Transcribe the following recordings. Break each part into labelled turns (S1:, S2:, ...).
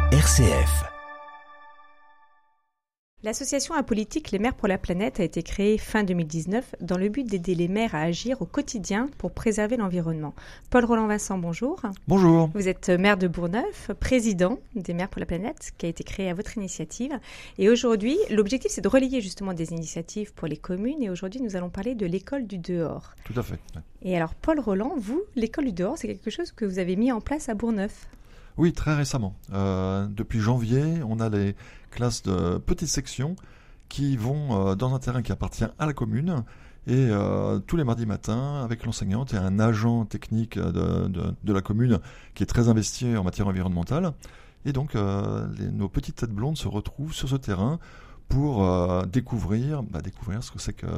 S1: RCF.
S2: L'association apolitique Les Mères pour la Planète a été créée fin 2019 dans le but d'aider les mères à agir au quotidien pour préserver l'environnement. Paul Roland-Vincent, bonjour.
S3: Bonjour.
S2: Vous êtes maire de Bourgneuf, président des Mères pour la Planète, qui a été créée à votre initiative. Et aujourd'hui, l'objectif, c'est de relayer justement des initiatives pour les communes. Et aujourd'hui, nous allons parler de l'école du dehors.
S3: Tout à fait.
S2: Et alors, Paul Roland, vous, l'école du dehors, c'est quelque chose que vous avez mis en place à Bourgneuf.
S3: Oui, très récemment. Depuis janvier, on a les classes de petites sections qui vont dans un terrain qui appartient à la commune. Et tous les mardis matins, avec l'enseignante et un agent technique de la commune qui est très investi en matière environnementale. Et donc, nos petites têtes blondes se retrouvent sur ce terrain pour découvrir ce que c'est que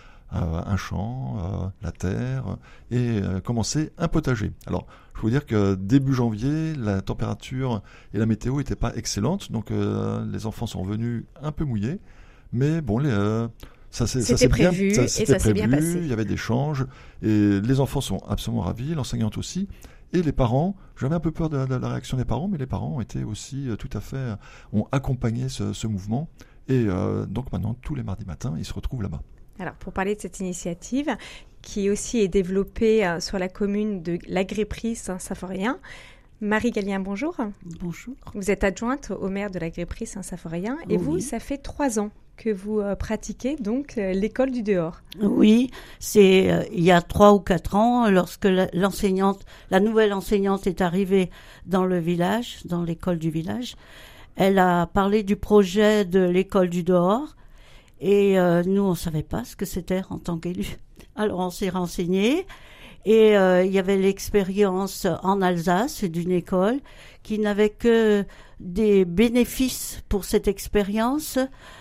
S3: un champ, la terre, et commencer un potager. Alors, je veux dire que début janvier, la température et la météo n'étaient pas excellentes, donc les enfants sont venus un peu mouillés, mais bon, ça s'est bien passé. Il y avait des changes, et les enfants sont absolument ravis, l'enseignante aussi, et les parents. J'avais un peu peur de la réaction des parents, mais les parents étaient aussi ont accompagné ce mouvement, et donc maintenant, tous les mardis matins, ils se retrouvent là-bas.
S2: Alors, pour parler de cette initiative, qui aussi est développée sur la commune de l'Agrépris Saint-Symphorien, Marie Gallien, bonjour.
S4: Bonjour.
S2: Vous êtes adjointe au maire de l'Agrépris Saint-Symphorien et vous, ça fait 3 ans que vous pratiquez donc l'école du dehors.
S4: Oui, c'est il y a 3 ou 4 ans, lorsque la nouvelle enseignante est arrivée dans le village, dans l'école du village, elle a parlé du projet de l'école du dehors. Et nous, on savait pas ce que c'était en tant qu'élu. Alors, on s'est renseigné et il y avait l'expérience en Alsace d'une école qui n'avait que des bénéfices pour cette expérience.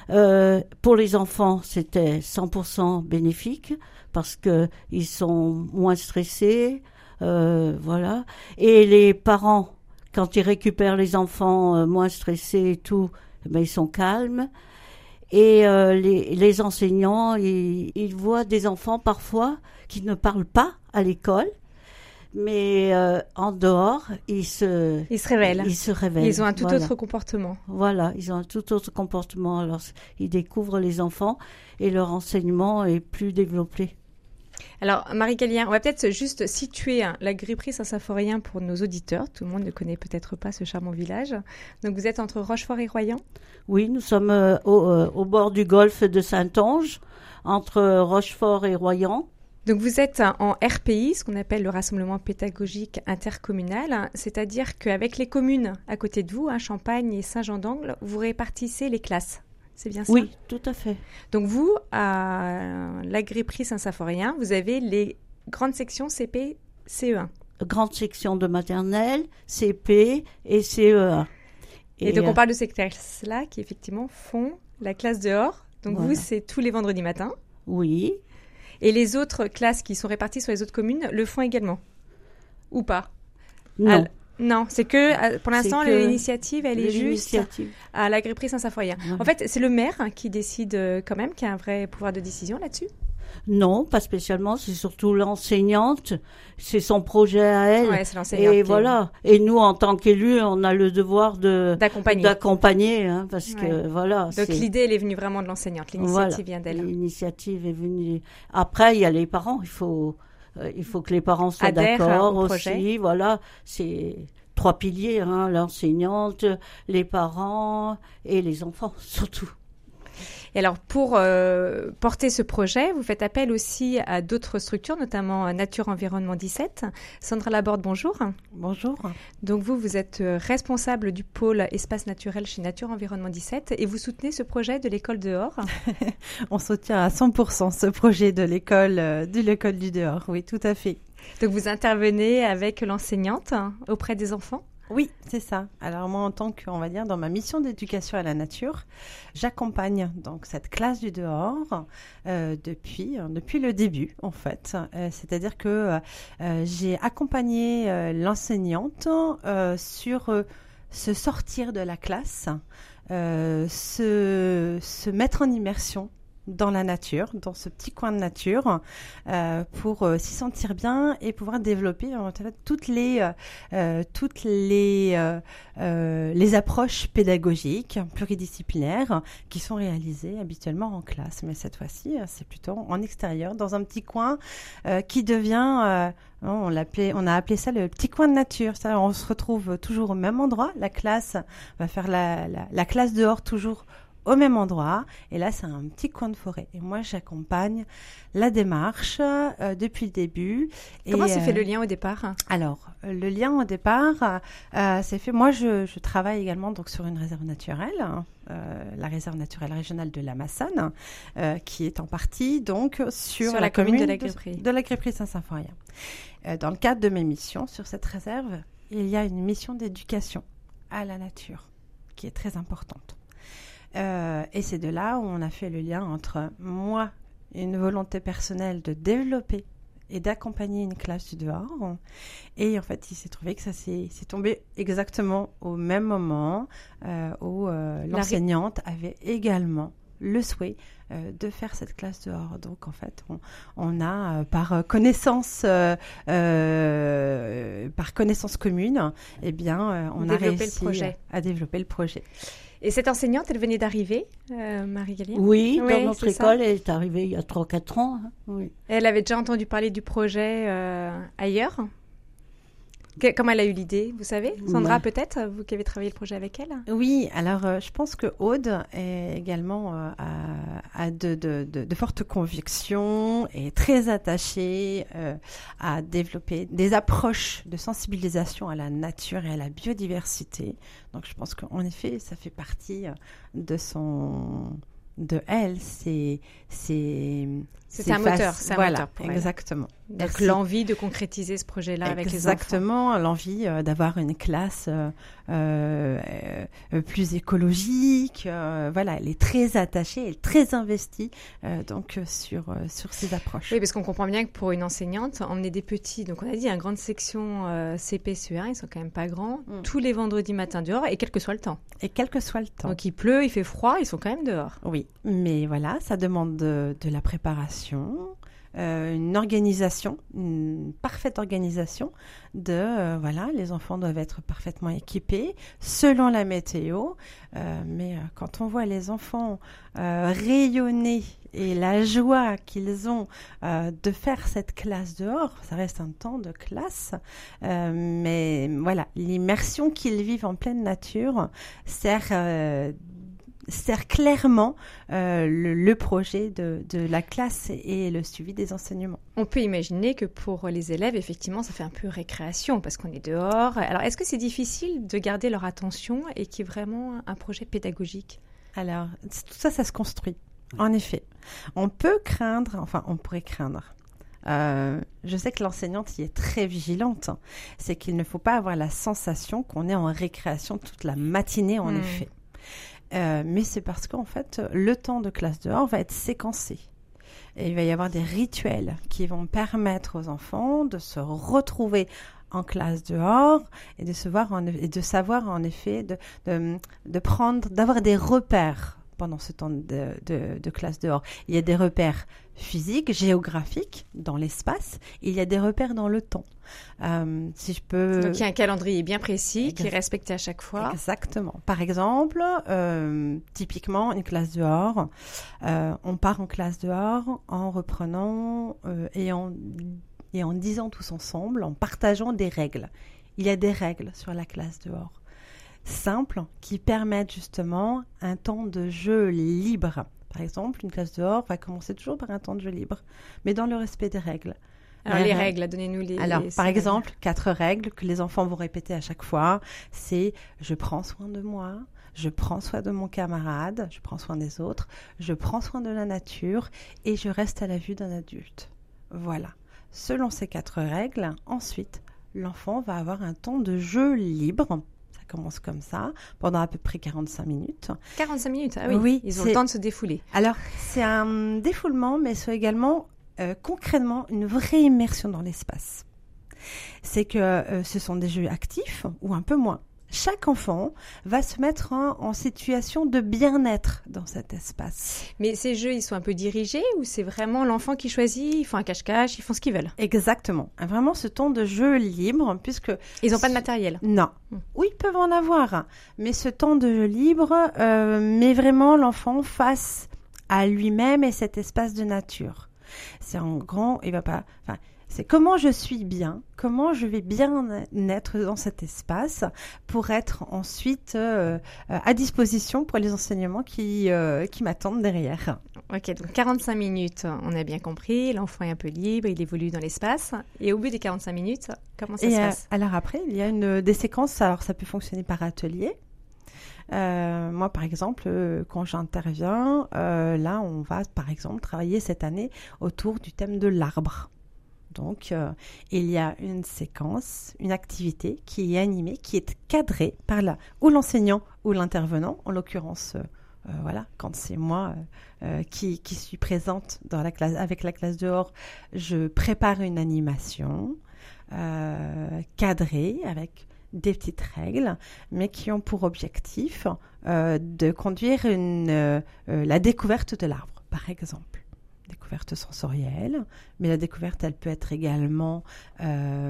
S4: Pour les enfants, c'était 100% bénéfique parce que ils sont moins stressés, voilà. Et les parents, quand ils récupèrent les enfants moins stressés et tout, ben ils sont calmes. Et les enseignants, ils voient des enfants parfois qui ne parlent pas à l'école, mais en dehors, ils se révèlent.
S2: Ils ont un tout autre comportement.
S4: Voilà, ils ont un tout autre comportement. Alors, ils découvrent les enfants et leur enseignement est plus développé.
S2: Alors, Marie Gallien, on va peut-être juste situer l'Agrépris Saint-Symphorien pour nos auditeurs. Tout le monde ne connaît peut-être pas ce charmant village. Donc, vous êtes entre Rochefort et Royan ?
S4: Oui, nous sommes au bord du golfe de Saintonge, entre Rochefort et Royan.
S2: Donc, vous êtes en RPI, ce qu'on appelle le Rassemblement pédagogique intercommunal, c'est-à-dire qu'avec les communes à côté de vous, Champagne et Saint-Jean-d'Angles, vous répartissez les classes. C'est bien ça ?
S4: Oui, tout à fait.
S2: Donc vous, à l'Agrépris Saint-Symphorien, vous avez les grandes sections CP, CE1.
S4: Grande section de maternelle, CP et CE1.
S2: Et donc on parle de ces classes-là qui effectivement font la classe dehors. Donc voilà. Vous, c'est tous les vendredis matins.
S4: Oui.
S2: Et les autres classes qui sont réparties sur les autres communes le font également ? Ou pas ?
S4: Non.
S2: Non, c'est que, pour l'instant, l'initiative, elle est juste à l'Agrépris Saint-Symphorien. Ouais. En fait, c'est le maire qui décide quand même, qui a un vrai pouvoir de décision là-dessus ?
S4: Non, pas spécialement. C'est surtout l'enseignante. C'est son projet à elle.
S2: Ouais, c'est l'enseignante.
S4: Et voilà. Et nous, en tant qu'élus, on a le devoir d'accompagner, hein, parce que voilà.
S2: Donc l'idée, elle est venue vraiment de l'enseignante. L'initiative vient d'elle.
S4: L'initiative est venue. Après, il y a les parents. Il faut que les parents soient d'accord aussi. Projet. Voilà, c'est 3 piliers, hein, l'enseignante, les parents et les enfants surtout.
S2: Et alors, pour porter ce projet, vous faites appel aussi à d'autres structures, notamment Nature Environnement 17. Sandra Laborde, bonjour.
S5: Bonjour.
S2: Donc vous êtes responsable du pôle espace naturel chez Nature Environnement 17 et vous soutenez ce projet de l'école dehors.
S5: On soutient à 100% ce projet de l'école du dehors, oui, tout à fait.
S2: Donc vous intervenez avec l'enseignante auprès des enfants ?
S5: Oui, c'est ça. Alors moi, en tant que, on va dire, dans ma mission d'éducation à la nature, j'accompagne donc cette classe du dehors depuis le début, en fait. C'est-à-dire que j'ai accompagné l'enseignante sur se sortir de la classe, se mettre en immersion dans la nature, dans ce petit coin de nature, pour s'y sentir bien et pouvoir développer en fait toutes les approches pédagogiques pluridisciplinaires qui sont réalisées habituellement en classe. Mais cette fois-ci, c'est plutôt en extérieur, dans un petit coin qui devient... on a appelé ça le petit coin de nature. C'est-à-dire, on se retrouve toujours au même endroit. La classe va faire la classe dehors toujours au même endroit. Et là, c'est un petit coin de forêt. Et moi, j'accompagne la démarche depuis le début.
S2: Comment s'est fait le lien au départ ?
S5: Alors, le lien au départ, c'est fait... Moi, je travaille également donc, sur une réserve naturelle, la réserve naturelle régionale de la Massonne, qui est en partie donc sur la commune de la Crêperie Saint-Symphorien. Dans le cadre de mes missions sur cette réserve, il y a une mission d'éducation à la nature qui est très importante. Et c'est de là où on a fait le lien entre moi, une volonté personnelle de développer et d'accompagner une classe du dehors. Et en fait, il s'est trouvé que c'est tombé exactement au même moment où l'enseignante avait également le souhait de faire cette classe dehors. Donc en fait, on a par connaissance commune, eh bien, on a réussi à développer le projet.
S2: Et cette enseignante, elle venait d'arriver, Marie-Galine ?
S4: Oui, dans notre école, elle est arrivée il y a 3-4 ans. Hein. Oui.
S2: Elle avait déjà entendu parler du projet ailleurs ? Comment elle a eu l'idée, vous savez ? Sandra, peut-être, vous qui avez travaillé le projet avec elle ?
S5: Oui, alors je pense que Aude est également a de fortes convictions et très attachée à développer des approches de sensibilisation à la nature et à la biodiversité. Donc je pense qu'en effet, ça fait partie de elle, c'est
S2: un moteur,
S5: voilà,
S2: pour
S5: exactement.
S2: Elle. Donc l'envie de concrétiser ce projet-là avec les enfants.
S5: Exactement, l'envie d'avoir une classe plus écologique. Voilà, elle est très attachée, elle est très investie donc sur ces approches.
S2: Oui, parce qu'on comprend bien que pour une enseignante, emmener des petits, donc on a dit, une grande section CP, CE1, ils sont quand même pas grands, tous les vendredis matins dehors, et quel que soit le temps.
S5: Et quel que soit le temps.
S2: Donc il pleut, il fait froid, ils sont quand même dehors.
S5: Oui, mais voilà, ça demande de la préparation, une organisation, une parfaite organisation voilà, les enfants doivent être parfaitement équipés selon la météo, mais quand on voit les enfants rayonner et la joie qu'ils ont de faire cette classe dehors, ça reste un temps de classe, mais voilà, l'immersion qu'ils vivent en pleine nature sert clairement le projet de la classe et le suivi des enseignements.
S2: On peut imaginer que pour les élèves, effectivement, ça fait un peu récréation parce qu'on est dehors. Alors, est-ce que c'est difficile de garder leur attention et qu'il y ait vraiment un projet pédagogique ?
S5: Alors, tout ça se construit, en effet. On pourrait craindre. Je sais que l'enseignante y est très vigilante. C'est qu'il ne faut pas avoir la sensation qu'on est en récréation toute la matinée, en effet. Mais c'est parce qu'en fait, le temps de classe dehors va être séquencé. Et il va y avoir des rituels qui vont permettre aux enfants de se retrouver en classe dehors et de savoir en effet d'avoir des repères pendant ce temps de classe dehors. Il y a des repères physiques, géographiques dans l'espace, et il y a des repères dans le temps. Si je peux...
S2: Donc il y a un calendrier bien précis qui est respecté à chaque fois.
S5: Exactement. Par exemple, typiquement une classe dehors, on part en classe dehors en reprenant et en disant tous ensemble, en partageant des règles. Il y a des règles sur la classe dehors, simples, qui permettent justement un temps de jeu libre. Par exemple, une classe dehors va commencer toujours par un temps de jeu libre, mais dans le respect des règles.
S2: Alors, les règles, donnez-nous les...
S5: Alors, par exemple, 4 règles que les enfants vont répéter à chaque fois, c'est « je prends soin de moi », je prends soin de mon camarade, je prends soin des autres, je prends soin de la nature et je reste à la vue d'un adulte. Voilà. Selon ces 4 règles, ensuite, l'enfant va avoir un temps de jeu libre. Ça commence comme ça, pendant à peu près 45 minutes.
S2: 45 minutes, ah oui,
S5: oui,
S2: ils ont le temps de se défouler.
S5: Alors, c'est un défoulement, mais c'est également concrètement une vraie immersion dans l'espace. C'est que ce sont des jeux actifs ou un peu moins. chaque enfant va se mettre en situation de bien-être dans cet espace.
S2: Mais ces jeux, ils sont un peu dirigés ou c'est vraiment l'enfant qui choisit, ils font un cache-cache, ils font ce qu'ils veulent?
S5: Exactement. Vraiment ce temps de jeu libre, puisque...
S2: Ils n'ont pas de matériel?
S5: Non. Oui, ils peuvent en avoir, mais ce temps de jeu libre met vraiment l'enfant face à lui-même et cet espace de nature. C'est en grand, il va pas... Enfin, c'est comment je suis bien, comment je vais bien être dans cet espace pour être ensuite à disposition pour les enseignements qui m'attendent derrière.
S2: Ok, donc 45 minutes, on a bien compris, l'enfant est un peu libre, il évolue dans l'espace. Et au bout des 45 minutes, comment ça se passe?
S5: Alors après, il y a des séquences, alors ça peut fonctionner par atelier. Moi, par exemple, quand j'interviens, là, on va, par exemple, travailler cette année autour du thème de l'arbre. Donc, il y a une séquence, une activité qui est animée, qui est cadrée par ou l'enseignant ou l'intervenant. En l'occurrence, voilà, quand c'est moi qui suis présente dans la classe, avec la classe dehors, je prépare une animation cadrée avec des petites règles, mais qui ont pour objectif de conduire la découverte de l'arbre, par exemple. Découverte sensorielle, mais la découverte, elle peut être également par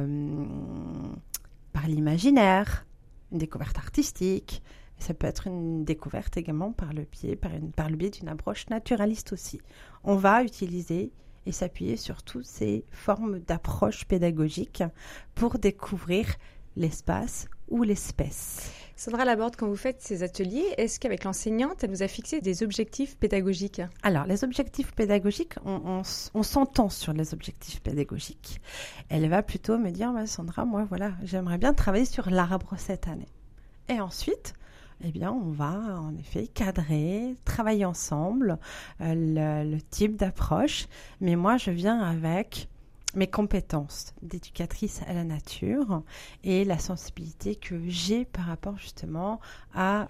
S5: l'imaginaire, une découverte artistique, ça peut être une découverte également par le biais d'une approche naturaliste aussi. On va utiliser et s'appuyer sur toutes ces formes d'approche pédagogique pour découvrir l'espace ou l'espèce.
S2: Sandra Laborde, quand vous faites ces ateliers, est-ce qu'avec l'enseignante, elle vous a fixé des objectifs pédagogiques?
S5: Alors, les objectifs pédagogiques, on s'entend sur les objectifs pédagogiques. Elle va plutôt me dire, Sandra, moi, voilà, j'aimerais bien travailler sur l'arbre cette année. Et ensuite, eh bien, on va en effet cadrer, travailler ensemble le type d'approche. Mais moi, je viens avec mes compétences d'éducatrice à la nature et la sensibilité que j'ai par rapport justement à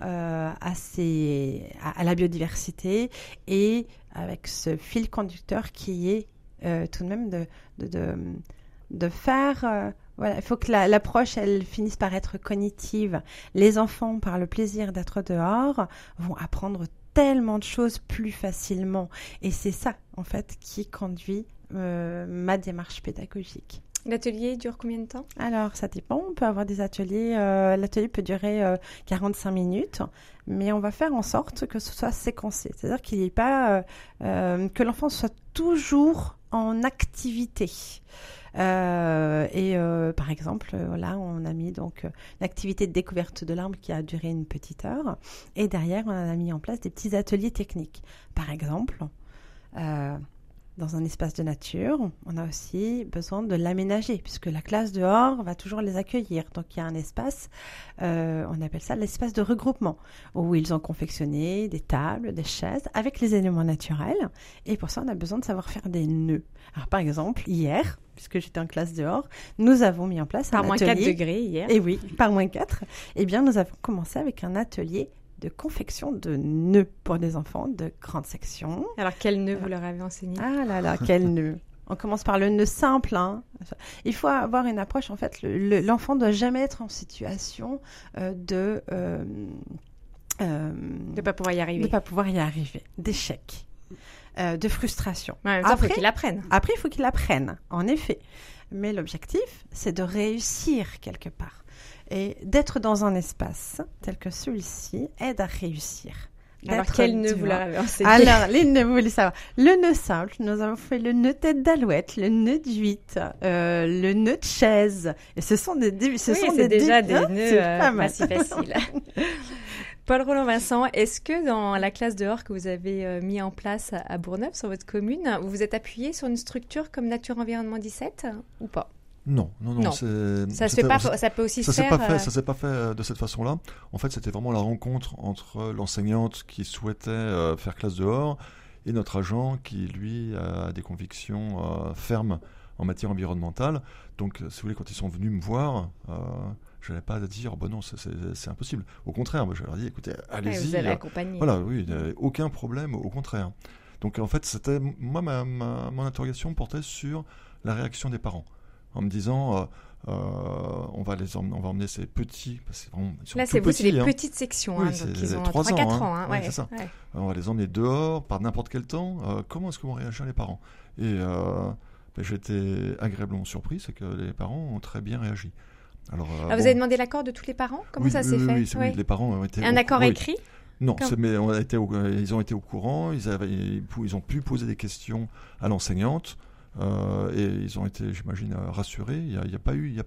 S5: la biodiversité et avec ce fil conducteur qui est tout de même de faire... voilà, il faut que l'approche, elle finisse par être cognitive. Les enfants, par le plaisir d'être dehors, vont apprendre tellement de choses plus facilement. Et c'est ça, en fait, qui conduit ma démarche pédagogique.
S2: L'atelier dure combien de temps?
S5: Alors, ça dépend. On peut avoir des ateliers. L'atelier peut durer 45 minutes, mais on va faire en sorte que ce soit séquencé. C'est-à-dire qu'il n'y ait pas... que l'enfant soit toujours en activité. Par exemple, là, on a mis donc une activité de découverte de l'arbre qui a duré une petite heure. Et derrière, on a mis en place des petits ateliers techniques. Par exemple... dans un espace de nature, on a aussi besoin de l'aménager, puisque la classe dehors va toujours les accueillir. Donc, il y a un espace, on appelle ça l'espace de regroupement, où ils ont confectionné des tables, des chaises, avec les éléments naturels. Et pour ça, on a besoin de savoir faire des nœuds. Alors, par exemple, hier, puisque j'étais en classe dehors, nous avons mis en place un atelier...
S2: Par moins 4 degrés hier.
S5: Et oui, par moins 4. Eh bien, nous avons commencé avec un atelier de confection de nœuds pour des enfants de grande section.
S2: Alors, quel nœud vous leur avez enseigné?
S5: Ah là là, quel nœud! On commence par le nœud simple. Hein. Il faut avoir une approche, en fait, l'enfant ne doit jamais être en situation de
S2: ne pas pouvoir y arriver.
S5: De pas pouvoir y arriver, d'échec, de frustration.
S2: Ouais, après, il faut qu'il apprenne.
S5: Après, il faut qu'il apprenne, en effet. Mais l'objectif, c'est de réussir quelque part. Et d'être dans un espace tel que celui-ci aide à réussir.
S2: Alors, quel nœud vous leur avez enseigné?
S5: Alors, les nœuds, vous voulez savoir. Le nœud simple, nous avons fait le nœud tête d'alouette, le nœud d'huître, le nœud de chaise. Et ce sont des nœuds
S2: pas si faciles. Paul Roland-Vincent, est-ce que dans la classe dehors que vous avez mis en place à Bourgneuf, sur votre commune, vous vous êtes appuyé sur une structure comme Nature Environnement 17 ou pas?
S3: Non.
S2: Ça peut aussi se faire.
S3: Ça s'est pas fait de cette façon-là. En fait, c'était vraiment la rencontre entre l'enseignante qui souhaitait faire classe dehors et notre agent qui, lui, a des convictions fermes en matière environnementale. Donc, si vous voulez, quand ils sont venus me voir, je n'allais pas dire non, c'est impossible. Au contraire, je leur ai dit, écoutez, allez-y.
S2: Vous allez accompagner.
S3: Voilà, oui, aucun problème, au contraire. Donc, en fait, c'était moi, mon interrogation portait sur la réaction des parents. en me disant on va emmener ces petits. Parce que
S2: là, c'est les petites sections,
S3: oui,
S2: donc ils ont 3-4 ans.
S3: Ouais, c'est ça. Ouais. On va les emmener dehors par n'importe quel temps. Comment est-ce que vont réagir les parents? Et j'étais agréablement surpris, c'est que les parents ont très bien réagi. Alors,
S2: vous avez demandé l'accord de tous les parents? Comment ça s'est fait?
S3: Oui, les parents ont été...
S2: Un accord écrit?
S3: Non, mais ils ont été au courant, ils ont pu poser des questions à l'enseignante et ils ont été, j'imagine, rassurés. Il n'y a pas eu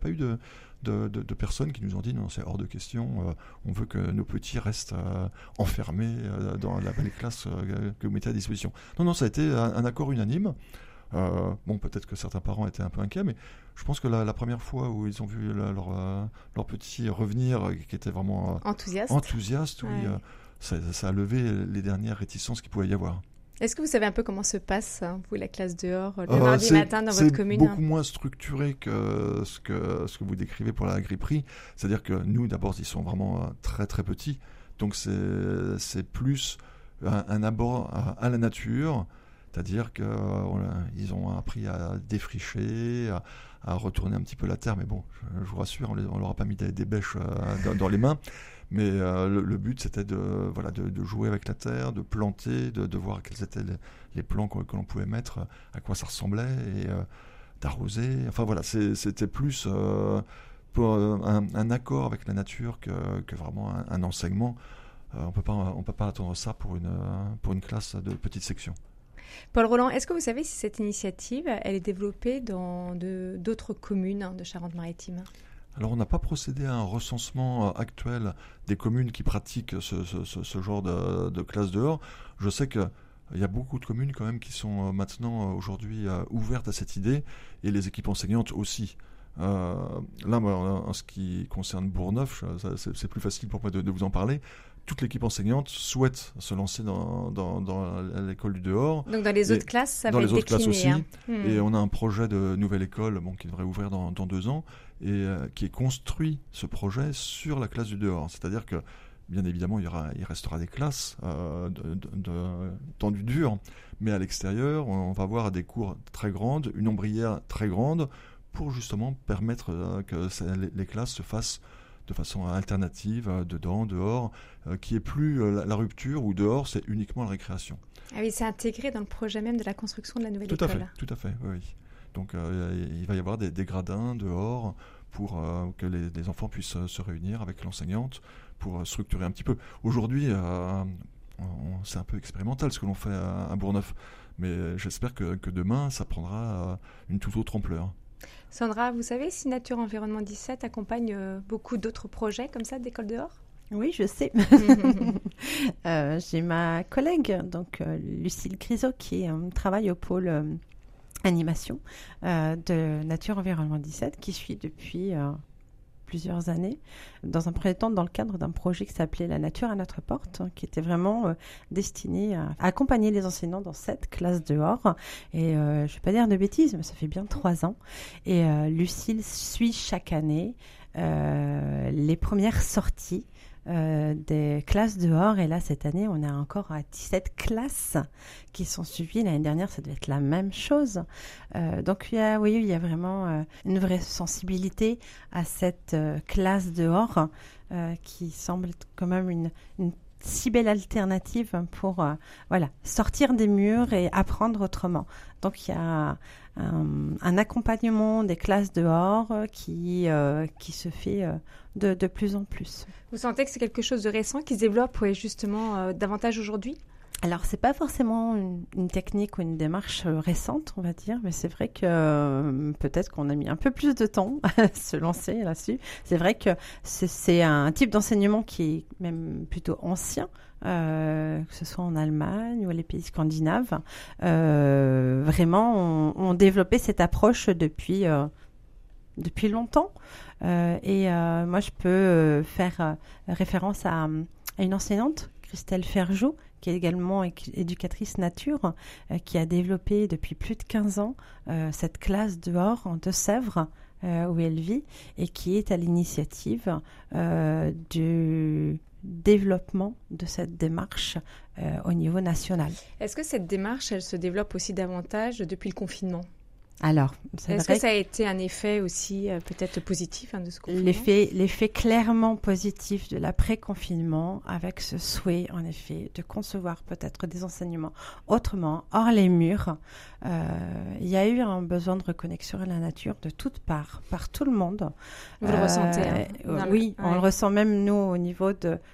S3: de personnes qui nous ont dit non, c'est hors de question, on veut que nos petits restent enfermés dans les classes que vous mettez à disposition. Non, ça a été un accord unanime. Peut-être que certains parents étaient un peu inquiets, mais je pense que la première fois où ils ont vu leur petit revenir, qui était vraiment enthousiaste, oui, ça a levé les dernières réticences qu'il pouvait y avoir.
S2: Est-ce que vous savez un peu comment se passe, vous, la classe dehors, le mardi matin dans votre commune?
S3: C'est beaucoup moins structuré que ce que vous décrivez pour la Gripperie. C'est-à-dire que nous, d'abord, ils sont vraiment très très petits, donc c'est plus un abord à la nature. C'est-à-dire qu'ils ont appris à défricher, à retourner un petit peu la terre. Mais bon, je vous rassure, on ne leur a pas mis des bêches dans les mains. Mais le but, c'était de jouer avec la terre, de planter, de voir quels étaient les plants que l'on pouvait mettre, à quoi ça ressemblait, et d'arroser. Enfin voilà, c'était plus pour un accord avec la nature que vraiment un enseignement. On peut pas attendre ça pour une classe de petite section.
S2: Paul Roland, est-ce que vous savez si cette initiative, elle est développée dans d'autres communes de Charente-Maritime?
S3: Alors, on n'a pas procédé à un recensement actuel des communes qui pratiquent ce genre de classe dehors. Je sais qu'il y a beaucoup de communes quand même qui sont maintenant, aujourd'hui, ouvertes à cette idée, et les équipes enseignantes aussi. Là, moi, en ce qui concerne Bourgneuf, c'est plus facile pour moi de vous en parler. Toute l'équipe enseignante souhaite se lancer dans l'école du dehors. Donc
S2: dans les autres classes, ça va être décliné. Dans les autres classes aussi.
S3: Et on a un projet de nouvelle école qui devrait ouvrir dans 2 ans et qui est construit, ce projet, sur la classe du dehors. C'est-à-dire que, bien évidemment, il restera des classes dans du dur, mais à l'extérieur, on va avoir des cours très grandes, une ombrière très grande, pour justement permettre que les classes se fassent de façon alternative, dedans, dehors, qui est plus la rupture, où dehors, c'est uniquement la récréation.
S2: Ah oui, c'est intégré dans le projet même de la construction de la nouvelle école.
S3: Tout à fait, oui. Donc, il va y avoir des gradins dehors pour que les enfants puissent se réunir avec l'enseignante pour structurer un petit peu. Aujourd'hui, c'est un peu expérimental ce que l'on fait à Bourgneuf, mais j'espère que demain, ça prendra une toute autre ampleur.
S2: Sandra, vous savez si Nature Environnement 17 accompagne beaucoup d'autres projets comme ça d'école dehors?
S5: Oui, je sais. J'ai ma collègue, donc Lucille Grisot, qui travaille au pôle animation de Nature Environnement 17, qui suit depuis plusieurs années, dans un premier temps dans le cadre d'un projet qui s'appelait La nature à notre porte, qui était vraiment destiné à accompagner les enseignants dans cette classe dehors. Et je ne vais pas dire de bêtises, mais ça fait bien 3 ans. Et Lucille suit chaque année les premières sorties des classes dehors. Et là, cette année, on est encore à 17 classes qui sont suivies. L'année dernière, ça devait être la même chose. Donc, il y a vraiment une vraie sensibilité à cette classe dehors qui semble être quand même une si belle alternative pour sortir des murs et apprendre autrement. Donc, il y a un accompagnement des classes dehors qui se fait de plus en plus.
S2: Vous sentez que c'est quelque chose de récent qui se développe justement davantage aujourd'hui?
S5: Alors, c'est pas forcément une technique ou une démarche récente, on va dire, mais c'est vrai que peut-être qu'on a mis un peu plus de temps à se lancer là-dessus. C'est vrai que c'est un type d'enseignement qui est même plutôt ancien, que ce soit en Allemagne ou les pays scandinaves. Vraiment, on développé cette approche depuis longtemps. Moi, je peux faire référence à une enseignante, Christelle Ferjou, qui est également éducatrice nature, qui a développé depuis plus de 15 ans cette classe dehors en Deux-Sèvres, où elle vit, et qui est à l'initiative du développement de cette démarche au niveau national.
S2: Est-ce que cette démarche, elle se développe aussi davantage depuis le confinement ?
S5: Alors,
S2: est-ce que ça a été un effet aussi peut-être positif de ce confinement?
S5: L'effet clairement positif de l'après-confinement, avec ce souhait, en effet, de concevoir peut-être des enseignements autrement, hors les murs. Il y a eu un besoin de reconnexion à la nature de toutes parts, par tout le monde.
S2: Vous le ressentez
S5: Oui, on le ressent même nous au niveau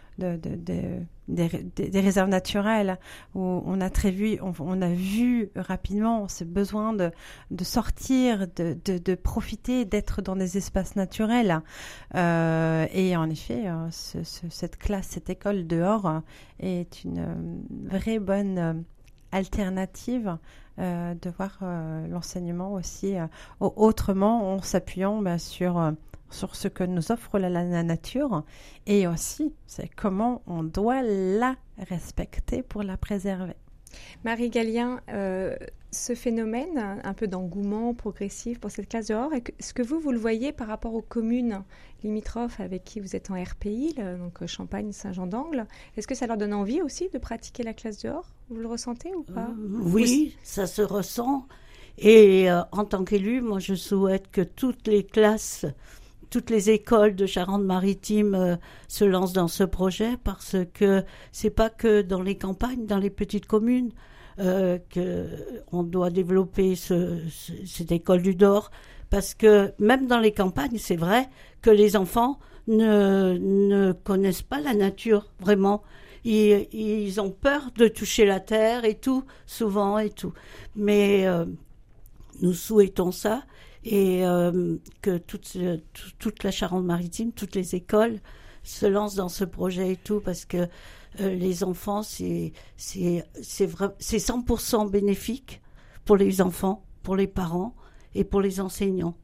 S5: des réserves naturelles où on a vu rapidement ce besoin de sortir, de profiter, d'être dans des espaces naturels. Et en effet, cette école dehors est une vraie bonne alternative de voir l'enseignement aussi autrement, en s'appuyant sur ce que nous offre la nature, et aussi c'est comment on doit la respecter pour la préserver.
S2: Marie Gallien, ce phénomène un peu d'engouement progressif pour cette classe dehors, est-ce que vous le voyez par rapport aux communes limitrophes avec qui vous êtes en RPI, donc Champagne, Saint-Jean-d'Angles, est-ce que ça leur donne envie aussi de pratiquer la classe dehors? Vous le ressentez ou pas?
S4: Oui, ça se ressent. Et en tant qu'élue, moi je souhaite que toutes les classes, toutes les écoles de Charente-Maritime se lancent dans ce projet, parce que c'est pas que dans les campagnes, dans les petites communes qu'on doit développer cette école du dehors, parce que même dans les campagnes, c'est vrai que les enfants ne connaissent pas la nature, vraiment. Ils ont peur de toucher la terre et tout, souvent et tout. Mais nous souhaitons ça, et que toute la Charente-Maritime, toutes les écoles se lancent dans ce projet et tout, parce que les enfants, c'est 100% bénéfique pour les enfants, pour les parents et pour les enseignants.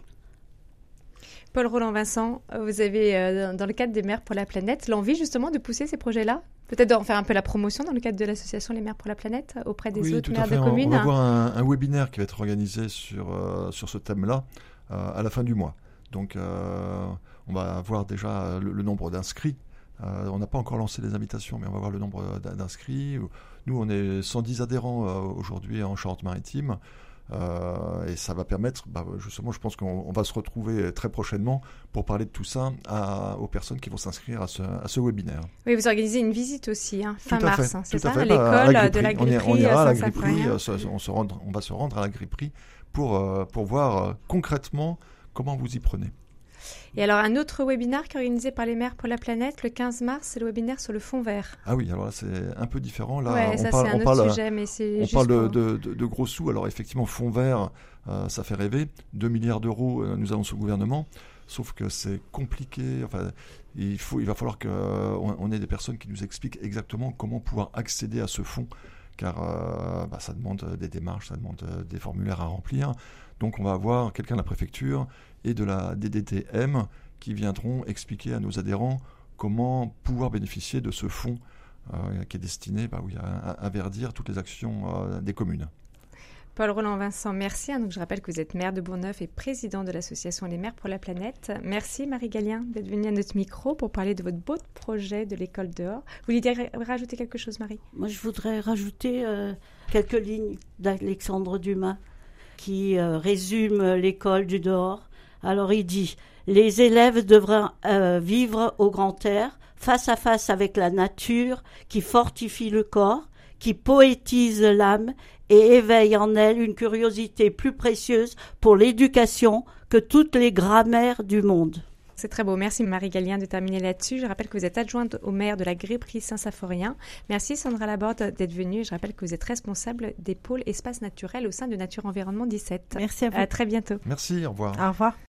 S2: Paul Roland-Vincent, vous avez, dans le cadre des Mères pour la Planète, l'envie justement de pousser ces projets-là? Peut-être d'en faire un peu la promotion dans le cadre de l'association Les Mères pour la Planète auprès des autres maires de communes.
S3: On va avoir un webinaire qui va être organisé sur ce thème-là à la fin du mois. Donc on va avoir déjà le nombre d'inscrits. On n'a pas encore lancé les invitations, mais on va voir le nombre d'inscrits. Nous, on est 110 adhérents aujourd'hui en Charente-Maritime. Et ça va permettre, justement, je pense qu'on va se retrouver très prochainement pour parler de tout ça aux personnes qui vont s'inscrire à ce webinaire.
S2: Oui, vous organisez une visite aussi, fin mars, c'est ça,
S3: à
S2: l'école de la gripperie.
S3: On ira à la gripperie, on va se rendre à la gripperie pour voir concrètement comment vous y prenez.
S2: Et alors, un autre webinaire qui est organisé par les Mères pour la Planète, le 15 mars, c'est le webinaire sur le fonds vert.
S3: Ah oui, alors là, c'est un peu différent. Là,
S2: ouais, c'est un autre sujet, mais c'est juste...
S3: On parle de gros sous. Alors, effectivement, fonds vert, ça fait rêver. 2 milliards d'euros, nous avons ce gouvernement. Sauf que c'est compliqué. Enfin, il va falloir qu'on ait des personnes qui nous expliquent exactement comment pouvoir accéder à ce fonds. Car ça demande des démarches, ça demande des formulaires à remplir. Donc on va avoir quelqu'un de la préfecture et de la DDTM qui viendront expliquer à nos adhérents comment pouvoir bénéficier de ce fonds qui est destiné à verdir toutes les actions des communes.
S2: Paul Roland-Vincent, merci. Donc, je rappelle que vous êtes maire de Bourgneuf et président de l'association Les Mères pour la Planète. Merci Marie Gallien d'être venue à notre micro pour parler de votre beau projet de l'école dehors. Vous vouliez rajouter quelque chose, Marie? Moi,
S4: je voudrais rajouter quelques lignes d'Alexandre Dumas qui résume l'école du dehors. Alors, il dit « Les élèves devront vivre au grand air, face à face avec la nature qui fortifie le corps, qui poétise l'âme et éveille en elle une curiosité plus précieuse pour l'éducation que toutes les grammaires du monde. »
S2: C'est très beau. Merci Marie Gallien de terminer là-dessus. Je rappelle que vous êtes adjointe au maire de la gripperie Saint-Symphorien. Merci Sandra Laborde d'être venue. Je rappelle que vous êtes responsable des pôles espaces naturels au sein de Nature Environnement 17.
S5: Merci à vous.
S2: À très bientôt.
S3: Merci, au revoir.
S5: Au revoir.